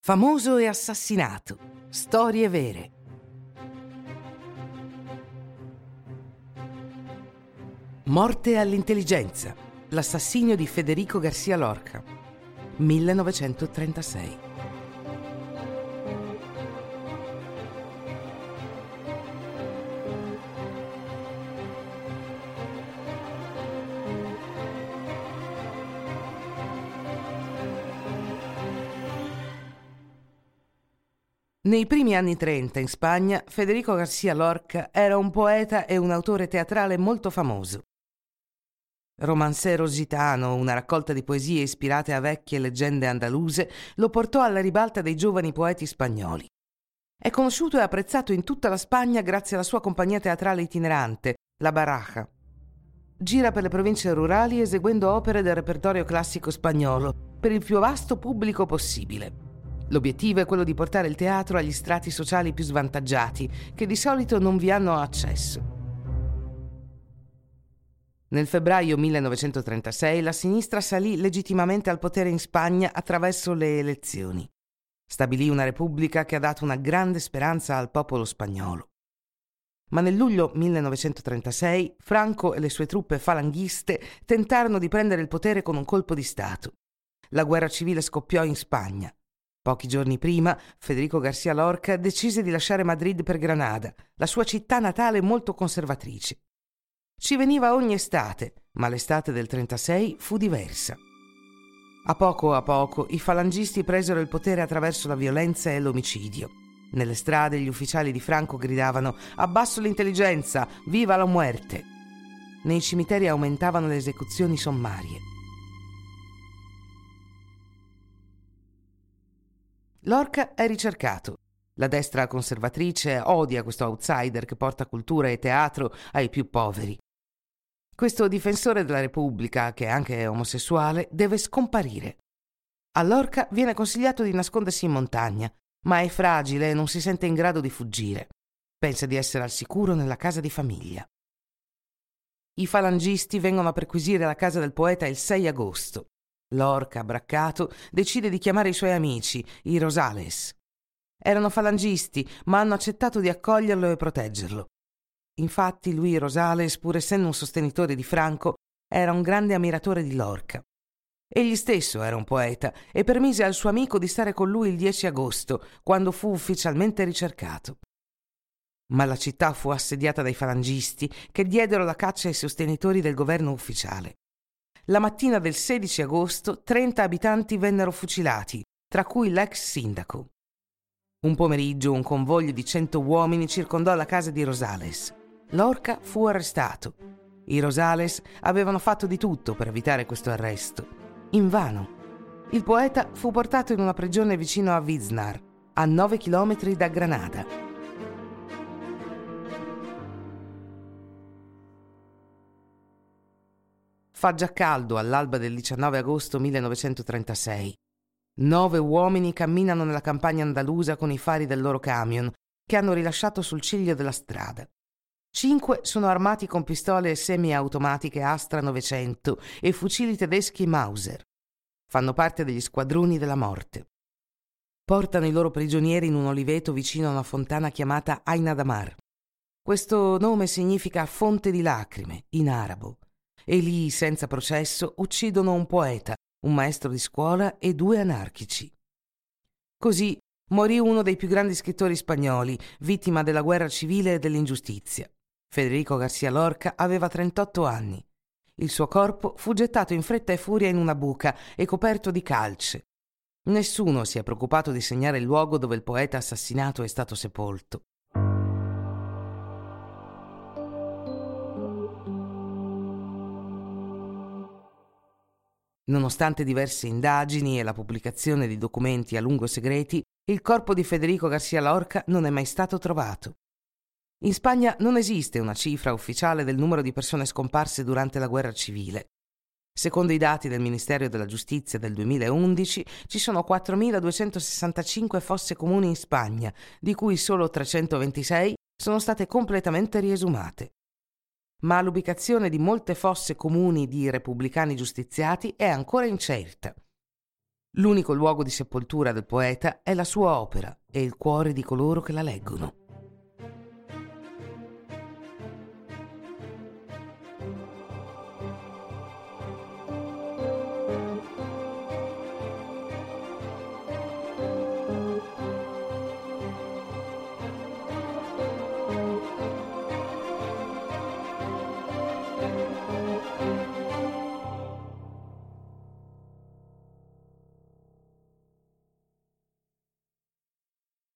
Famoso e assassinato. Storie vere. Morte all'intelligenza. L'assassinio di Federico García Lorca. 1936. Nei primi anni 30 in Spagna, Federico García Lorca era un poeta e un autore teatrale molto famoso. Romancero gitano, una raccolta di poesie ispirate a vecchie leggende andaluse, lo portò alla ribalta dei giovani poeti spagnoli. È conosciuto e apprezzato in tutta la Spagna grazie alla sua compagnia teatrale itinerante, La Baraja. Gira per le province rurali eseguendo opere del repertorio classico spagnolo per il più vasto pubblico possibile. L'obiettivo è quello di portare il teatro agli strati sociali più svantaggiati, che di solito non vi hanno accesso. Nel febbraio 1936 la sinistra salì legittimamente al potere in Spagna attraverso le elezioni. Stabilì una repubblica che ha dato una grande speranza al popolo spagnolo. Ma nel luglio 1936 Franco e le sue truppe falanghiste tentarono di prendere il potere con un colpo di Stato. La guerra civile scoppiò in Spagna. Pochi giorni prima, Federico García Lorca decise di lasciare Madrid per Granada, la sua città natale molto conservatrice. Ci veniva ogni estate, ma l'estate del 36 fu diversa. A poco, i falangisti presero il potere attraverso la violenza e l'omicidio. Nelle strade gli ufficiali di Franco gridavano «Abbasso l'intelligenza! Viva la muerte!». Nei cimiteri aumentavano le esecuzioni sommarie. Lorca è ricercato. La destra conservatrice odia questo outsider che porta cultura e teatro ai più poveri. Questo difensore della Repubblica, che è anche omosessuale, deve scomparire. A Lorca viene consigliato di nascondersi in montagna, ma è fragile e non si sente in grado di fuggire. Pensa di essere al sicuro nella casa di famiglia. I falangisti vengono a perquisire la casa del poeta il 6 agosto. Lorca, braccato, decide di chiamare i suoi amici, i Rosales. Erano falangisti, ma hanno accettato di accoglierlo e proteggerlo. Infatti lui, Rosales, pur essendo un sostenitore di Franco, era un grande ammiratore di Lorca. Egli stesso era un poeta e permise al suo amico di stare con lui il 10 agosto, quando fu ufficialmente ricercato. Ma la città fu assediata dai falangisti che diedero la caccia ai sostenitori del governo ufficiale. La mattina del 16 agosto 30 abitanti vennero fucilati, tra cui l'ex sindaco. Un pomeriggio un convoglio di 100 uomini circondò la casa di Rosales. Lorca fu arrestato. I Rosales avevano fatto di tutto per evitare questo arresto. Invano. Il poeta fu portato in una prigione vicino a Viznar, a 9 chilometri da Granada. Fa già caldo all'alba del 19 agosto 1936. 9 uomini camminano nella campagna andalusa con i fari del loro camion, che hanno rilasciato sul ciglio della strada. 5 sono armati con pistole semiautomatiche Astra 900 e fucili tedeschi Mauser. Fanno parte degli squadroni della morte. Portano i loro prigionieri in un oliveto vicino a una fontana chiamata Aina Damar. Questo nome significa fonte di lacrime in arabo. E lì, senza processo, uccidono un poeta, un maestro di scuola e 2 anarchici. Così morì uno dei più grandi scrittori spagnoli, vittima della guerra civile e dell'ingiustizia. Federico García Lorca aveva 38 anni. Il suo corpo fu gettato in fretta e furia in una buca e coperto di calce. Nessuno si è preoccupato di segnare il luogo dove il poeta assassinato è stato sepolto. Nonostante diverse indagini e la pubblicazione di documenti a lungo segreti, il corpo di Federico García Lorca non è mai stato trovato. In Spagna non esiste una cifra ufficiale del numero di persone scomparse durante la guerra civile. Secondo i dati del Ministero della Giustizia del 2011, ci sono 4.265 fosse comuni in Spagna, di cui solo 326 sono state completamente riesumate. Ma l'ubicazione di molte fosse comuni di repubblicani giustiziati è ancora incerta. L'unico luogo di sepoltura del poeta è la sua opera e il cuore di coloro che la leggono.